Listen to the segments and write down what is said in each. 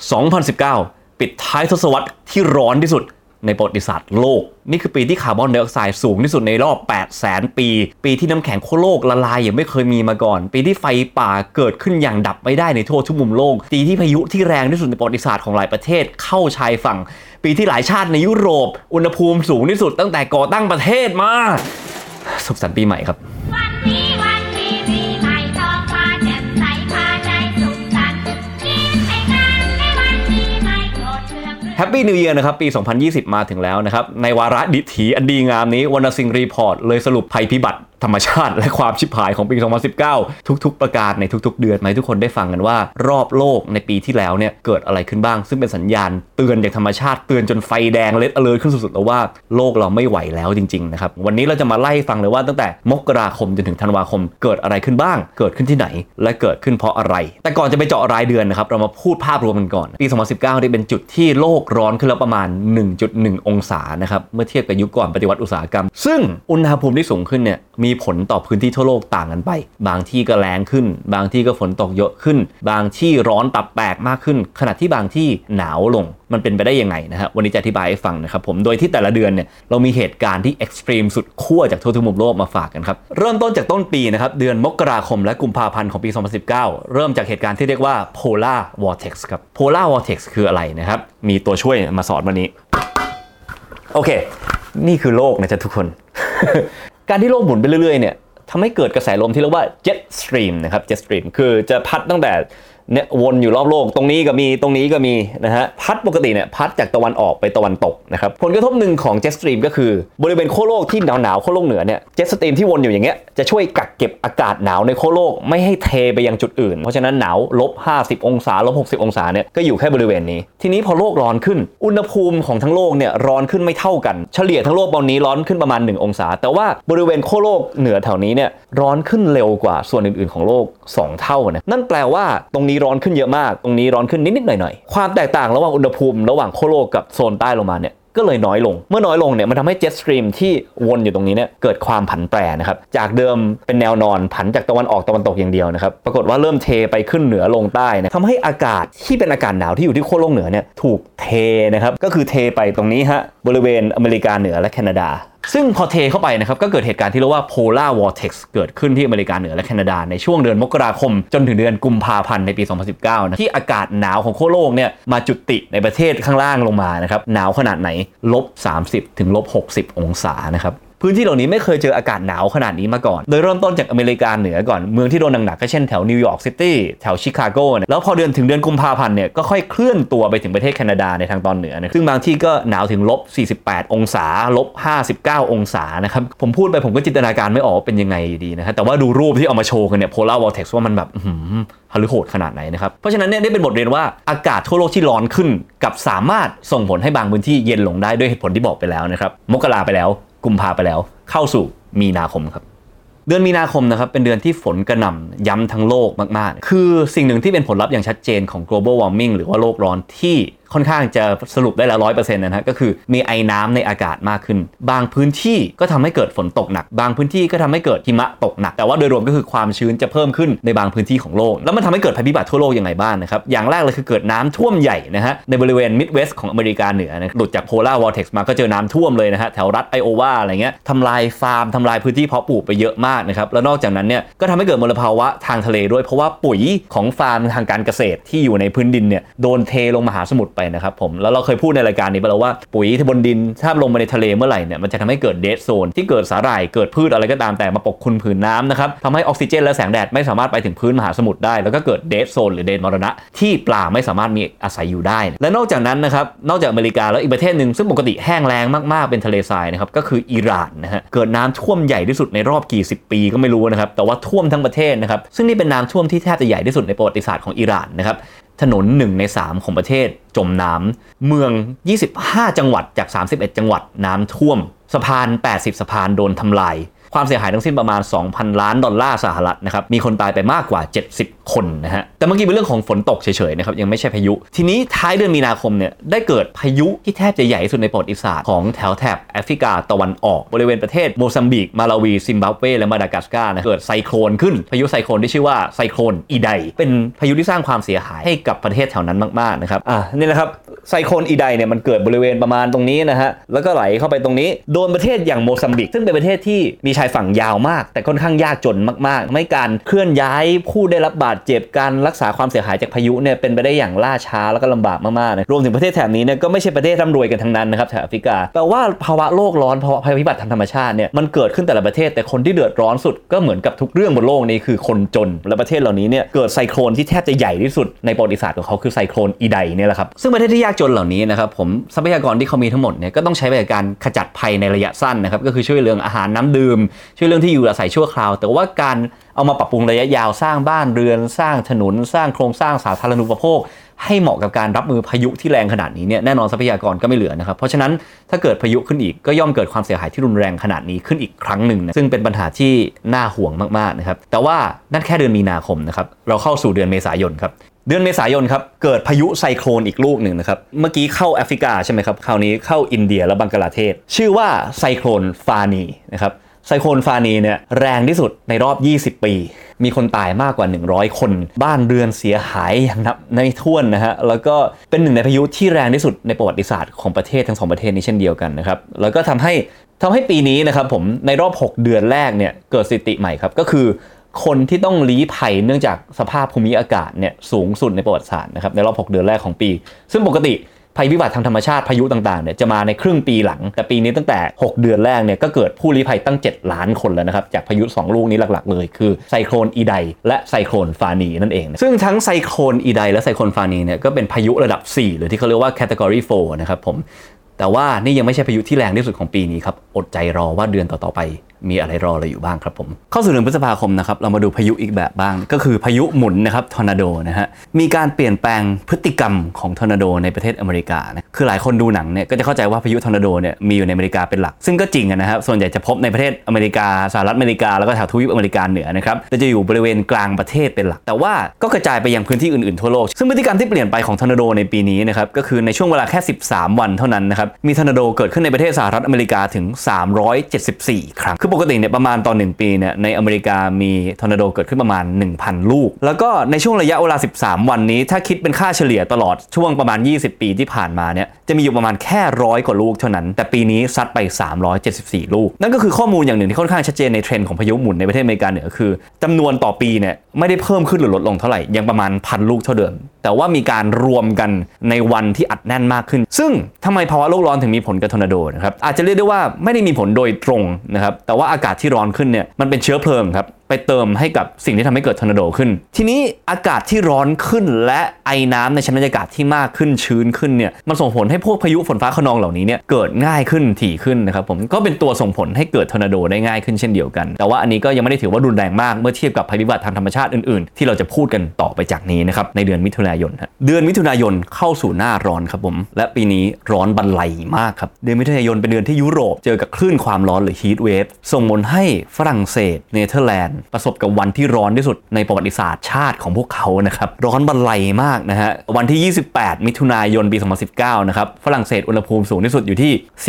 2019 ปิดท้ายทศวรรษที่ร้อนที่สุดในประวัติศาสตร์โลกนี่คือปีที่คาร์บอนไดออกไซด์สูงที่สุดในรอบ 800,000 ปีปีที่น้ำแข็งขั้วโลกละลายอย่างไม่เคยมีมาก่อนปีที่ไฟป่าเกิดขึ้นอย่างดับไม่ได้ในทั่วทุกมุมโลกปีที่พายุที่แรงที่สุดในประวัติศาสตร์ของหลายประเทศเข้าชายฝั่งปีที่หลายชาติในยุโรปอุณหภูมิสูงที่สุดตั้งแต่ก่อตั้งประเทศมาสุขสันต์ปีใหม่ครับแฮปปี้นิวเยียร์นะครับปี 2020 มาถึงแล้วนะครับในวาระดิถีอันดีงามนี้วรรณสิงห์รีพอร์ตเลยสรุปภัยพิบัติธรรมชาติและความชิบหายของปี 2019 ทุกๆประการในทุกๆเดือนมาให้ทุกคนได้ฟังกันว่ารอบโลกในปีที่แล้วเนี่ยเกิดอะไรขึ้นบ้างซึ่งเป็นสัญญาณเตือนจากธรรมชาติเตือนจนไฟแดงเลดอเลิร์ทขึ้นสุดๆแล้วว่าโลกเราไม่ไหวแล้วจริงๆนะครับวันนี้เราจะมาไล่ฟังเลยว่าตั้งแต่มกราคมจนถึงธันวาคมเกิดอะไรขึ้นบ้างเกิดขึ้นที่ไหนและเกิดขึ้นเพราะอะไรแต่ก่อนจะไปเจาะรายเดือนนะครับเรามาพูดภาพรวมกันก่อนปี 2019 ได้เป็นจุดที่โลกร้อนขึ้นแล้วประมาณ 1.1 องศานะครับเมื่อเทียบกับยุคก่อนปฏิวัติอุตสาหกรรมซึ่งอุณหภูมิที่สูงขึ้นเนี่ยมีผลต่อพื้นที่ทั่วโลกต่างกันไปบางที่ก็แรงขึ้นบางที่ก็ฝนตกเยอะขึ้นบางที่ร้อนตับแตกมากขึ้นขณะที่บางที่หนาวลงมันเป็นไปได้ยังไงนะฮะวันนี้จะอธิบายให้ฟังนะครับผมโดยที่แต่ละเดือนเนี่ยเรามีเหตุการณ์ที่เอ็กซ์ตรีมสุดขั้วจากทั่วทุกมุมโลกมาฝากกันครับเริ่มต้นจากต้นปีนะครับเดือนมกราคมและกุมภาพันธ์ของปี 2019 เริ่มจากเหตุการณ์ที่เรียกว่า Polar Vortex ครับ Polar Vortex คืออะไรนะครับมีตัวช่วยมาสอนวันนี้โอเคนี่คือโลกนะจ๊ะทุกคน การที่โลกหมุนไปเรื่อยๆเนี่ยทำให้เกิดกระแสลมที่เรียกว่า Jet Stream นะครับ Jet Stream คือจะพัดตั้งแต่เนี่ยวนอยู่รอบโลกตรงนี้ก็มีตรงนี้ก็มีนะฮะพัดปกติเนี่ยพัดจากตะวันออกไปตะวันตกนะครับผลกระทบหนึ่งของ Jet Stream ก็คือบริเวณขั้วโลกที่หนาวขั้วโลกเหนือเนี่ย Jet Stream ที่วนอยู่อย่างเงี้ยจะช่วยกักเก็บอากาศหนาวในขั้วโลกไม่ให้เทไปยังจุดอื่นเพราะฉะนั้นหนาว-50 องศา-60 องศาเนี่ยก็อยู่แค่บริเวณนี้ทีนี้พอโลกร้อนขึ้นอุณหภูมิของทั้งโลกเนี่ยร้อนขึ้นไม่เท่ากันเฉลี่ยทั้งโลกตอนนี้ร้อนขึ้นประมาณ1องศาแต่ว่าบริเวณขั้วโลกเหนือแถวนี้เนี่ยร้อนขึ้นเร็วกว่าส่วนอื่นๆของโลก2เท่านะนั่นแปลว่าตรงนี้ร้อนขึ้นเยอะมากตรงนี้ร้อนขึ้นนิดๆหน่อยๆความแตกต่างระหว่างอุณหภูมิระหว่างขั้วโลกกับโซนใต้ลงมาเนี่ยก็เลยน้อยลงเมื่อน้อยลงเนี่ยมันทำให้ Jet Stream ที่วนอยู่ตรงนี้เนี่ยเกิดความผันแปรนะครับจากเดิมเป็นแนวนอนผันจากตะวันออกตะวันตกอย่างเดียวนะครับปรากฏว่าเริ่มเทไปขึ้นเหนือลงใต้นะทำให้อากาศที่เป็นอากาศหนาวที่อยู่ที่ขั้วโลกเหนือเนี่ยถูกเทนะครับก็คือเทไปตรงนี้ฮะบริเวณอเมริกาเหนือและแคนาดาซึ่งพอเทเข้าไปนะครับก็เกิดเหตุการณ์ที่เรียกว่า Polar Vortex เกิดขึ้นที่อเมริกาเหนือและแคนาดาในช่วงเดือนมกราคมจนถึงเดือนกุมภาพันธ์ในปี 2019 นะที่อากาศหนาวของขั้วโลกเนี่ยมาจุติในประเทศข้างล่างลงมานะครับหนาวขนาดไหน-30 ถึง-60 องศานะครับพื้นที่เหล่านี้ไม่เคยเจออากาศหนาวขนาดนี้มาก่อนโดยเริ่มต้นจากอเมริกาเหนือก่อนเมืองที่โดนหนักๆก็เช่นแถวนิวยอร์กซิตี้แถวชิคาโกเนี่ยแล้วพอเดือนกุมภาพันธ์เนี่ยก็ค่อยเคลื่อนตัวไปถึงประเทศแคนาดาในทางตอนเหนือนะซึ่งบางที่ก็หนาวถึง-48 องศา-59 องศานะครับผมพูดไปผมก็จินตนาการไม่ออกว่าเป็นยังไงดีนะฮะแต่ว่าดูรูปที่เอามาโชว์กันเนี่ย Polar Vortex ว่ามันแบบฮาลือโหดขนาดไหนนะครับเพราะฉะนั้นเนี่ยได้เป็นบทเรียนว่าอากาศทั่วโลกที่ร้อนขึ้นกับสามารถส่งผลให้บางพื้นที่เย็นลงได้ด้วยเหตุผลที่บอกไปแล้วนะครับมกราไปแล้วกุมภาไปแล้วเข้าสู่มีนาคมครับเดือนมีนาคมนะครับเป็นเดือนที่ฝนกระหน่ำย้ำทั้งโลกมากๆคือสิ่งหนึ่งที่เป็นผลลัพธ์อย่างชัดเจนของ global warming หรือว่าโลกร้อนที่ค่อนข้างจะสรุปได้แล้ว 100% นะฮะก็คือมีไอน้ำในอากาศมากขึ้นบางพื้นที่ก็ทำให้เกิดฝนตกหนักบางพื้นที่ก็ทำให้เกิดหิมะตกหนักแต่ว่าโดยรวมก็คือความชื้นจะเพิ่มขึ้นในบางพื้นที่ของโลกแล้วมันทำให้เกิดภัยพิบัติทั่วโลกยังไงบ้างนะครับอย่างแรกเลยคือเกิดน้ำท่วมใหญ่นะฮะในบริเวณมิดเวสต์ของอเมริกาเหนือนะหลุดจาก Polar Vortex มาก็เจอน้ำท่วมเลยนะฮะแถวรัฐไอโอวาอะไรเงี้ยทำลายฟาร์มทำลายพื้นที่เพาะปลูกไปเยอะมากนะครับแล้วนอกจากนั้นเนี่ยก็ทำให้เกิดมลภาวะทางทะเลด้วยเพราะว่าปุ๋ยของฟาร์มทางการเกษตรที่อยู่ในพื้นดินเนี่ยโดนเทลงมหาสมุทรไปนะครับผมแล้วเราเคยพูดในรายการนี้ไปแล้วว่าปุ๋ยที่บนดินถ้าลงมาในทะเลเมื่อไหร่เนี่ยมันจะทำให้เกิดเดดโซนที่เกิดสาหร่ายเกิดพืชอะไรก็ตามแต่มาปกคลุมผืนน้ำนะครับทำให้ออกซิเจนและแสงแดดไม่สามารถไปถึงพื้นมหาสมุทรได้แล้วก็เกิดเดดโซนหรือเดดมรณะที่ปลาไม่สามารถมีอาศัยอยู่ได้และนอกจากนั้นนะครับนอกจากอเมริกาแล้วอีกประเทศหนึ่งซึ่งปกติแห้งแล้งมากๆเป็นทะเลทรายนะครับก็คืออิหร่านนะฮะเกิดน้ำท่วมใหญ่ที่สุดในรอบกี่สิบปีก็ไม่รู้นะครับแต่ว่าท่วมทั้งประเทศนะครับซึ่งนี่เป็นน้ำท่วมที่แทบจะใหญ่ที่สุดในประวัติศาสตร์ของอิหร่านนะครับถนน1 ใน 3ของประเทศจมน้ำเมือง25จังหวัดจาก31จังหวัดน้ำท่วมสะพาน80สะพานโดนทำลายความเสียหายทั้งสิ้นประมาณ $2,000 ล้านนะครับมีคนตายไปมากกว่า70คนนะฮะแต่เมื่อกี้เป็นเรื่องของฝนตกเฉยๆนะครับยังไม่ใช่พายุทีนี้ท้ายเดือนมีนาคมเนี่ยได้เกิดพายุที่แทบจะใหญ่ที่สุดในประวัติศาสตร์ของแถบแอฟริกาตะวันออกบริเวณประเทศโมซัมบิกมาลาวีซิมบับเวและมาดากัสการ์นะเกิดไซโคลนขึ้นพายุไซโคลนที่ชื่อว่าไซโคลนอีไดเป็นพายุที่สร้างความเสียหายให้กับประเทศแถวนั้นมากๆนะครับนี่นะครับไซโคลนอีไดเนี่ยมันเกิดบริเวณประมาณตรงนี้นะฮะแล้วก็ไหลเข้าไปตรงนี้โดนประเทศอย่างโมซัมบิกซึ่งเป็นประเทศที่มีชายฝั่งยาวมากแต่ค่อนข้างยากจนมากๆไม่การเคลื่อนย้ายผู้ได้รับบาดเจ็บการรักษาความเสียหายจากพายุเนี่ยเป็นไปได้อย่างล่าช้าแล้วก็ลำบากมากๆนะรวมถึงประเทศแถบนี้เนี่ยก็ไม่ใช่ประเทศร่ำรวยกันทั้งนั้นนะครับแถบแอฟริกาแปลว่าภาวะโลกร้อนภาวะภัยพิบัติทางธรรมชาติเนี่ยมันเกิดขึ้นแต่ละประเทศแต่คนที่เดือดร้อนสุดก็เหมือนกับทุกเรื่องบนโลกนี้คือคนจนและประเทศเหล่านี้เนี่ยเกิดไซโคลนที่แทบจะใหญ่ที่สุดในประวัติศาสตร์ของเขาคือไซโคลนอีไดเนี่ยแหละครับซึ่งประเทศที่ยากจนเหล่านี้นะครับผมทรัพยากรที่เขามีทั้งหมดเนี่ยก็ต้องใช้ไปกับการขจัดภัยในระยะสั้นนะครับก็คือช่วยเรื่องอาหารน้ำดื่มช่วยเรื่องที่อยู่อาศัยชั่วคราวแต่ว่าการเอามาปรับปรุงระยะยาวสร้างบ้านเรือนสร้างถนนสร้างโครงสร้างสาธารณูปโภคให้เหมาะกับการรับมือพายุที่แรงขนาดนี้เนี่ยแน่นอนทรัพยากรก็ไม่เหลือนะครับเพราะฉะนั้นถ้าเกิดพายุขึ้นอีกก็ย่อมเกิดความเสียหายที่รุนแรงขนาดนี้ขึ้นอีกครั้งหนึ่งนะซึ่งเป็นปัญหาที่น่าห่วงมากๆนะครับแต่ว่านั่นแค่เดือนมีนาคมนะครับเราเข้าสู่เดือนเมษายนครับเดือนเมษายนครับเกิดพายุไซโคลนอีกลูกหนึ่งนะครับเมื่อกี้เข้าแอฟริกาใช่ไหมครับคราวนี้เข้าอินเดียและบังกลาเทศชื่อว่าไซโคลนฟานีนะครับไซโคลนฟานีเนี่ยแรงที่สุดในรอบ20ปีมีคนตายมากกว่า100คนบ้านเรือนเสียหายอย่างนับไม่ถ้วนนะฮะแล้วก็เป็นหนึ่งในพายุที่แรงที่สุดในประวัติศาสตร์ของประเทศทั้ง2ประเทศนี้เช่นเดียวกันนะครับแล้วก็ทำให้ปีนี้นะครับผมในรอบ6เดือนแรกเนี่ยเกิดสถิติใหม่ครับก็คือคนที่ต้องลี้ภัยเนื่องจากสภาพภูมิอากาศเนี่ยสูงสุดในประวัติศาสตร์นะครับในรอบ6เดือนแรกของปีซึ่งปกติภัยพิบัติทางธรรมชาติพายุต่างๆเนี่ยจะมาในครึ่งปีหลังแต่ปีนี้ตั้งแต่6เดือนแรกเนี่ยก็เกิดผู้ลี้ภัยตั้ง7ล้านคนแล้วนะครับจากพายุ2ลูกนี้หลักๆเลยคือไซโคลนอีไดและไซโคลนฟานีนั่นเองซึ่งทั้งไซโคลนอีไดและไซโคลนฟานีเนี่ยก็เป็นพายุระดับ4หรือที่เขาเรียกว่า Category 4นะครับผมแต่ว่านี่ยังไม่ใช่พายุที่แรงที่สุดของปีนี้ครับอดใจรอว่าเดือนต่อๆไปมีอะไรรอเราอยู่บ้างครับผมเข้าสู่เดือนพฤษภาคมนะครับเรามาดูพายุอีกแบบบ้างก็คือพายุหมุนนะครับทอร์นาโดนะฮะมีการเปลี่ยนแปลงพฤติกรรมของทอร์นาโดในประเทศอเมริกานะคือหลายคนดูหนังเนี่ยก็จะเข้าใจว่าพายุทอร์นาโดเนี่ยมีอยู่ในอเมริกาเป็นหลักซึ่งก็จริงนะครับส่วนใหญ่จะพบในประเทศอเมริกาสหรัฐอเมริกาแล้วก็แถวทวีปอเมริกาเหนือนะครับจะอยู่บริเวณกลางประเทศเป็นหลักแต่ว่าก็กระจายไปยังพื้นที่อื่นๆทั่วโลกซึ่งพฤติกรรมที่เปลี่ยนไปของทอร์นาโดในปีนี้นะครับก็คือในช่วงเวลาแค่13วันเท่านั้นนะครับมีทอร์นาโดเกิดขึ้นในประเทศสหรัฐอเมริกาถึง374ครั้งคือปกติเนี่ยประมาณต่อ1ปีเนี่ยในอเมริกามีทอร์นาโดเกิดขึ้นประมาณ 1,000 ลูกแล้วก็ในช่วงระยะเวลา13วันนี้ถ้าคิดเป็นค่าเฉลี่ยตลอดช่วงประมาณ20ปีที่ผ่านมาเนี่ยจะมีอยู่ประมาณแค่100กว่าลูกเท่านั้นแต่ปีนี้ซัดไป374ลูกนั่นก็คือข้อมูลอย่างหนึ่งที่ค่อนข้างชัดเจนในเทรนด์ของพายุหมุนในประเทศอเมริกาเหนือคือจำนวนต่อปีเนี่ยไม่ได้เพิ่มขึ้นหรือลดลงเท่าไหร่ยังประมาณ 1,000 ลูกเท่าเดิมแต่ว่ามีการรวมกันในวันที่อัดแน่นมากขึ้นซึ่งทำไมภาวะโลกร้อนถึงมีผลกับทอร์นาโดนะครับอาจจะเรียกได้ว่าไม่ได้มีผลโดยตรงนะครับแต่ว่าอากาศที่ร้อนขึ้นเนี่ยมันเป็นเชื้อเพลิงครับไปเติมให้กับสิ่งที่ทำให้เกิดทอร์นาโดขึ้นทีนี้อากาศที่ร้อนขึ้นและไอน้ำในชั้นบรรยากาศที่มากขึ้นชื้นขึ้นเนี่ยมันส่งผลให้พวกพายุฝนฟ้าคะนองเหล่านี้เนี่ยเกิดง่ายขึ้นถี่ขึ้นนะครับผมก็เป็นตัวส่งผลให้เกิดทอร์นาโดได้ง่ายขึ้นเช่นเดียวกันแต่ว่าอันนี้ก็ยังไม่ได้ถือว่ารุนแรงมากเมื่อเทียบกับภัยพิบัติทางธรรมชาติอื่นๆที่เราจะพูดกันต่อไปจากนี้นะครับในเดือนมิถุนายนเดือนมิถุนายนเข้าสู่หน้าร้อนครับผมและปีนี้ร้อนบรรลัยมากครับเดือนมิถุนายนเป็นเดือนที่ยุโรปเจอกับคลื่นความร้อนหรือฮีทเวฟส่งผลให้ฝรั่งเศสเนเธอร์แลนด์ประสบกับวันที่ร้อนที่สุดในประวัติศาสตร์ชาติของพวกเขานะครับร้อนบรรลัยมากนะฮะวันที่28มิถุนายนปี2019นะครับฝรั่งเศสอุณหภูมิสูงที่สุดอยู่ที่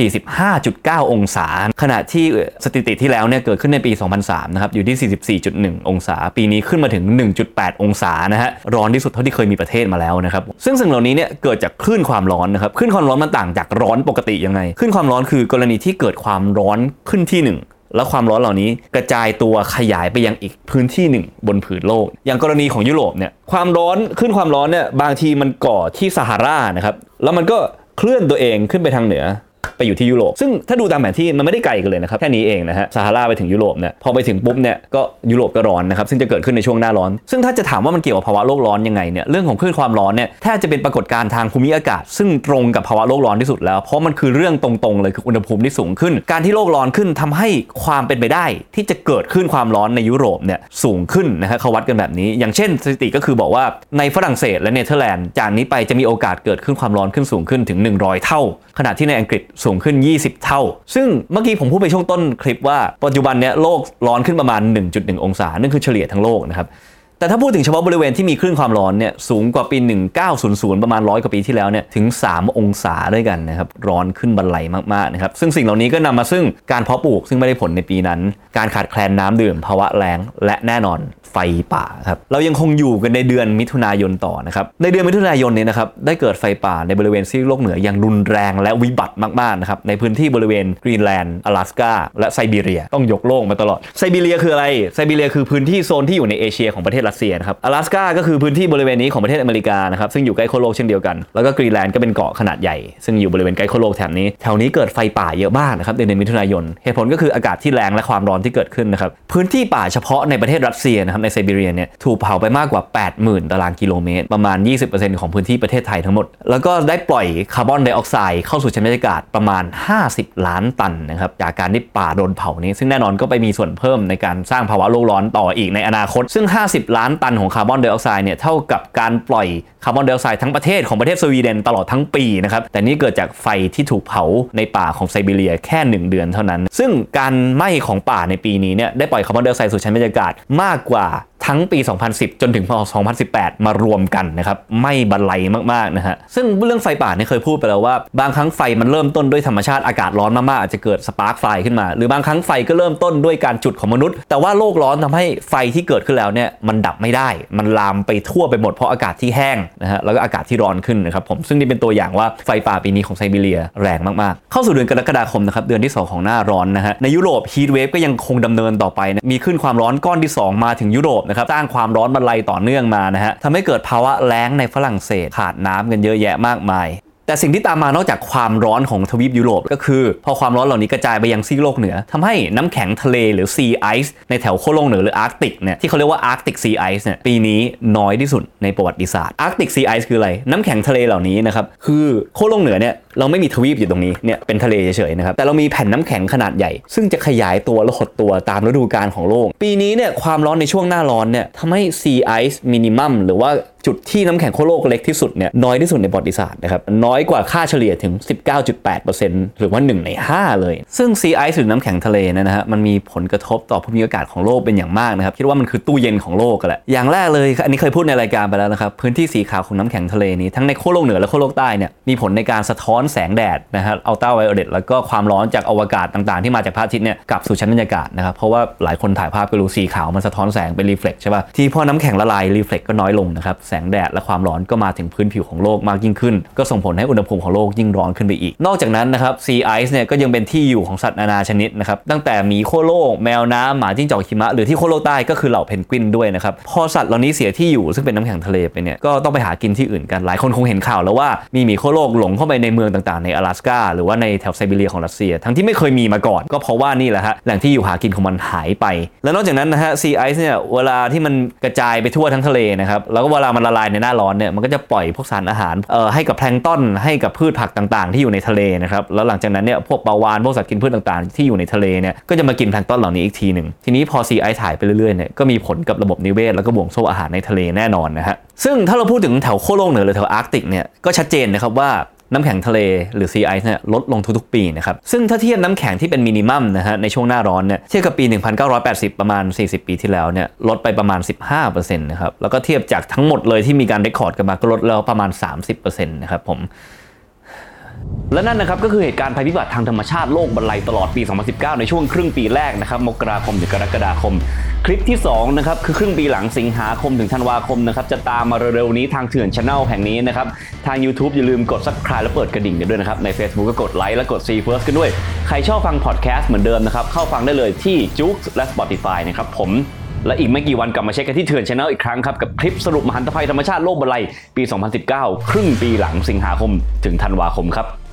45.9 องศาขณะที่สถิติที่แล้วเนี่ยเกิดขึ้นในปี2003นะครับอยู่ที่ 44.1 องศาปีนี้ขึ้นมาถึง 1.8 องศานะฮะร้อนที่สุดเท่าที่เคยมีประเทศมาแล้วนะครับซึ่งสิ่งเหล่านี้เนี่ยเกิดจากคลื่นความร้อนนะครับคลื่นความร้อนมันต่างจากร้อนปกติยังไงคลื่นความร้อนคือกรณีที่เกิดความร้อนขึ้นที่1แล้วความร้อนเหล่านี้กระจายตัวขยายไปยังอีกพื้นที่หนึ่งบนผืนโลกอย่างกรณีของยุโรปเนี่ยความร้อนขึ้นความร้อนเนี่ยบางทีมันก่อที่ซาฮารานะครับแล้วมันก็เคลื่อนตัวเองขึ้นไปทางเหนือไปอยู่ที่ยุโรปซึ่งถ้าดูตามแผนที่มันไม่ได้ไกลกันเลยนะครับแค่นี้เองนะฮะซาฮาราไปถึงยุโรปเนี่ยพอไปถึงปุ๊บเนี่ยก็ยุโรปก็ร้อนนะครับซึ่งจะเกิดขึ้นในช่วงหน้าร้อนซึ่งถ้าจะถามว่ามันเกี่ยวกับภาวะโลกร้อนยังไงเนี่ยเรื่องของคลื่นความร้อนเนี่ยแทบจะเป็นปรากฏการณ์ทางภูมิอากาศซึ่งตรงกับภาวะโลกร้อนที่สุดแล้วเพราะมันคือเรื่องตรงๆเลยคืออุณหภูมิที่สูงขึ้นการที่โลกร้อนขึ้นทำให้ความเป็นไปได้ที่จะเกิดขึ้นความร้อนในยุโรปเนี่ยสูงขึ้นนะฮะเขาวัดกันแบบนี้อย่างเช่นสถิติก็คือบอกว่าในฝรั่งเศสและเนเธอร์แลนด์จากนี้ไปจะมีโอกาสเกิดขึ้นความร้อนขึ้นสูงขึ้นถึง100เท่าขณะที่ในอังกฤษสูงขึ้น20เท่าซึ่งเมื่อกี้ผมพูดไปช่วงต้นคลิปว่าปัจจุบันเนี้ยโลกร้อนขึ้นประมาณ 1.1 องศานั่นคือเฉลี่ยทั้งโลกนะครับแต่ถ้าพูดถึงเฉพาะบริเวณที่มีคลื่นความร้อนเนี่ยสูงกว่าปี1900ประมาณ100กว่าปีที่แล้วเนี่ยถึง3องศาด้วยกันนะครับร้อนขึ้นบรรลัยมากๆนะครับซึ่งสิ่งเหล่านี้ก็นำมาซึ่งการเพาะปลูกซึ่งไม่ได้ผลในปีนั้นการขาดแคลนน้ำดื่มภาวะแล้งและแน่นอนไฟป่าครับเรายังคงอยู่กันในเดือนมิถุนายนต่อนะครับในเดือนมิถุนายนนี้นะครับได้เกิดไฟป่าในบริเวณซีกโลกเหนืออย่างรุนแรงและวิบัติมากๆนะครับในพื้นที่บริเวณกรีนแลนด์阿拉斯กาและไซบีเรียต้องยกโลกมาตลอดไซบีเรียคืออะไรไซบีเรียคือพื้นที่โซนที่อยู่ในเอเชียของประเทศรัสเซียนะครับ阿拉斯กาก็คือพื้นที่บริเวณนี้ของประเทศอเมริกานะครับซึ่งอยู่ใกล้ขั้วโลกเช่นเดียวกันแล้วก็กรีนแลนด์ก็เป็นเกาะขนาดใหญ่ซึ่งอยู่บริเวณใกล้ขั้วโลกแถบนี้เกิดไฟป่าเยอะมากนะครับในเดือนมิถุนายนเหตุผลก็คืออากาศที่แรงและความร้อนที่เกิดขึ้นนะครับพื้นที่ป่าเฉพาะในประเทศรัสเซียนะครับในไซบีเรียเนี่ยถูกเผาไปมากกว่า 80,000 ตารางกิโลเมตรประมาณ 20% ของพื้นที่ประเทศไทยทั้งหมดแล้วก็ได้ปล่อยคาร์บอนไดออกไซด์เข้าสู่ชั้นบรรยากาศประมาณ50ล้านตันนะครับจากการที่ป่าโดนเผานี้ซึ่งแน่นอนก็ไปมีส่วนเพิ่มในการสร้างภาวะโลกร้อนต่ออีกในอนาคตซึ่ง50ล้านตันของคาร์บอนไดออกไซด์เนี่ยเท่ากับการปล่อยคาร์บอนไดออกไซด์ทั้งประเทศของประเทศสวีเดนตลอดทั้งปีนะครับแต่นี่เกิดจากไฟที่ถูกเผาในป่าของไซบีเรียแค่1เดือนเท่านั้นซึ่งการไหม้ของป่าในปีนี้เนี่ยได้ปล่อยคาร์บอนไดออกไซด์สู่ชั้นบรรยากาศมากกว่าทั้งปี2010จนถึง2018มารวมกันนะครับไม่บรรลัยมากๆนะฮะซึ่งเรื่องไฟป่าเนี่ยเคยพูดไปแล้วว่าบางครั้งไฟมันเริ่มต้นด้วยธรรมชาติอากาศร้อนมากๆอาจจะเกิดสปาร์คไฟขึ้นมาหรือบางครั้งไฟก็เริ่มต้นด้วยการจุดของมนุษย์แต่ว่าโลกร้อนทำให้ไฟที่เกิดขึ้นแล้วเนี่ยมันดับไม่ได้มันลามไปทั่วไปหมดเพราะอากาศที่แห้งนะฮะแล้วก็อากาศที่ร้อนขึ้นนะครับผมซึ่งนี่เป็นตัวอย่างว่าไฟป่าปีนี้ของไซบีเรียแรงมากๆเข้าสู่เดือนกรกฎาคมนะครับเดือนที่2ของหน้าร้อนนะฮะในยุโรปฮีทเวฟก็ยังคงดำเนินต่อไปนะมีขึ้นความร้อนก้อนที่2มาถึงยุโรปนะครับสร้างความร้อนบรรลัยต่อเนื่องมานะฮะทำให้เกิดภาวะแล้งในฝรั่งเศสขาดน้ำกันเยอะแยะมากมายแต่สิ่งที่ตามมานอกจากความร้อนของทวีปยุโรปก็คือพอความร้อนเหล่านี้กระจายไปยังซีกโลกเหนือทำให้น้ำแข็งทะเลหรือซีไอซ์ในแถวขั้วโลกเหนือหรืออาร์กติกเนี่ยที่เขาเรียกว่าอาร์กติกซีไอซ์เนี่ยปีนี้น้อยที่สุดในประวัติศาสตร์อาร์กติกซีไอซ์คืออะไรน้ำแข็งทะเลเหล่านี้นะครับคือขั้วโลกเหนือเนี่ยเราไม่มีทวีปอยู่ตรงนี้เนี่ยเป็นทะเลเฉยๆนะครับแต่เรามีแผ่นน้ำแข็งขนาดใหญ่ซึ่งจะขยายตัวและหดตัวตามฤดูกาลของโลกปีนี้เนี่ยความร้อนในช่วงหน้าร้อนเนี่ยทำให้ซีไอซ์มินิมัมหรือว่าจุดที่น้ำแข็งขั้วโลกเล็กที่สุดเนี่ยน้อยที่สุดในประวัติศาสตร์นะครับน้อยกว่าค่าเฉลี่ยถึง 19.8% หรือว่า1ใน5เลยซึ่งซีไอซ์หรือน้ำแข็งทะเลนะฮะมันมีผลกระทบต่อภูมิอากาศของโลกเป็นอย่างมากนะครับคิดว่ามันคือตู้เย็นของโลกกันแหละอย่างแรกเลยอันนี้เคยพูดในรายการไปแล้วนะครับพื้นที่สีขาวของน้ำแข็งทะเลนี้ทั้งในขั้วโลกเหนือและขั้วโลกใต้เนี่ยมีผลในการสะท้อนแสงแดดนะฮะอัลตราไวโอเลตแล้วก็ความร้อนจากอวกาศต่างๆที่มาจากพระอาทิตย์เนี่ยกลับสู่ชั้นบรรยากาศนะครับเพราะว่าหลายคนถ่ายภาพก็รู้สีขาวมันสะท้อนแสงเป็นรีเฟล็กใช่ป่ะที่พอน้ำแข็งละลายรีเฟล็กก็น้อยลงนะครับแสงแดดและความร้อนก็มาถึงพื้นผิวของโลกมากยิ่งขึ้นก็ส่งผลให้อุณหภูมิของโลกยิ่งร้อนขึ้นไปอีกนอกจากนั้นนะครับซีไอซ์เนี่ยก็ยังเป็นที่อยู่ของสัตว์นานาชนิดนะครับตั้งแต่หมีขั้วโลกแมวน้ำหมาจิ้งจอกหิมะหรือที่ขั้วโลกใต้ก็คือเหล่าเพนกวินด้วยนะครับพอสัตว์เหล่านี้เสียที่อยู่ซึ่งเป็นน้ำแข็งทะเลไปเนี่ยก็ต้องไปหากินที่อื่นกันหลายคนคงเห็นข่าวแล้วว่ามีหมีขั้วโลกหลงเข้าไปในเมืองต่างๆใน阿拉斯กาหรือว่าในแถวไซบีเรียของรัสเซียทั้งที่ไม่เคยมีมาก่อนก็เพราะว่านี่แหละฮะแหล่งที่อยู่หากินของมันหายไปและนอกจากนั้นนะฮะซีไอซ์เนี่ยเวลาที่มันกระจายไปทั่วทั้งทะเลนะครับแล้วก็เวลามันละลายในหน้าร้อนเนี่ยมันก็จะปล่อยพวกสารอาหารให้กับแพลงก์ต้นให้กับพืชผักต่างๆที่อยู่ในทะเลนะครับแล้วหลังจากนั้นเนี่ยพวกปลาวาฬพวกสัตว์กินพืชต่างๆที่อยู่ในทะเลเนี่ยก็จะมากินแพลงก์ต้นเหล่านี้อีกทีนึงทีนี้พอซีไอซ์ถ่ายไปเรื่อยๆเนี่ยก็มีผลกับระบบนิเวศแล้วก็บ่วงโซ่อาหารในทะเลแน่นอนนะฮะซึ่งถ้าเราพูดถึงแถวขั้วโลกเหนือหรือแถวอาร์กติกเนี่ยก็ชัดเจนนะครับว่าน้ำแข็งทะเลหรือซีไอซ์เนี่ยลดลงทุกๆปีนะครับซึ่งถ้าเทียบน้ำแข็งที่เป็นมินิมัมนะฮะในช่วงหน้าร้อนเนี่ยเทียบกับปี1980ประมาณ40ปีที่แล้วเนี่ยลดไปประมาณ 15% นะครับแล้วก็เทียบจากทั้งหมดเลยที่มีการเรคคอร์ดกันมาก็ลดแล้วประมาณ 30% นะครับผมและนั่นนะครับก็คือเหตุการณ์ภัยพิบัติทางธรรมชาติโลกบรรลัยตลอดปี2019ในช่วงครึ่งปีแรกนะครับมกราคมถึงกรกฎาคมคลิปที่2นะครับคือครึ่งปีหลังสิงหาคมถึงธันวาคมนะครับจะตามมาเร็วๆนี้ทางเถื่อน Channel แห่งนี้นะครับทาง YouTube อย่าลืมกด Subscribe และเปิดกระดิ่งกันด้วยนะครับใน Facebook ก็กดไลค์และกด See First กันด้วยใครชอบฟังพอดแคสต์เหมือนเดิมนะครับเข้าฟังได้เลยที่ Joox และ Spotify นะครับผมและอีกไม่กี่วันกลับมาเช็คกันที่เถื่อน Channel อีกครั้งครับกับคลิปสรุปมหันตภัยธรรมชาติโลกบรรลัยปี2019ครึ่งปีหลังสิงหาคมถึงธันวาคมครับ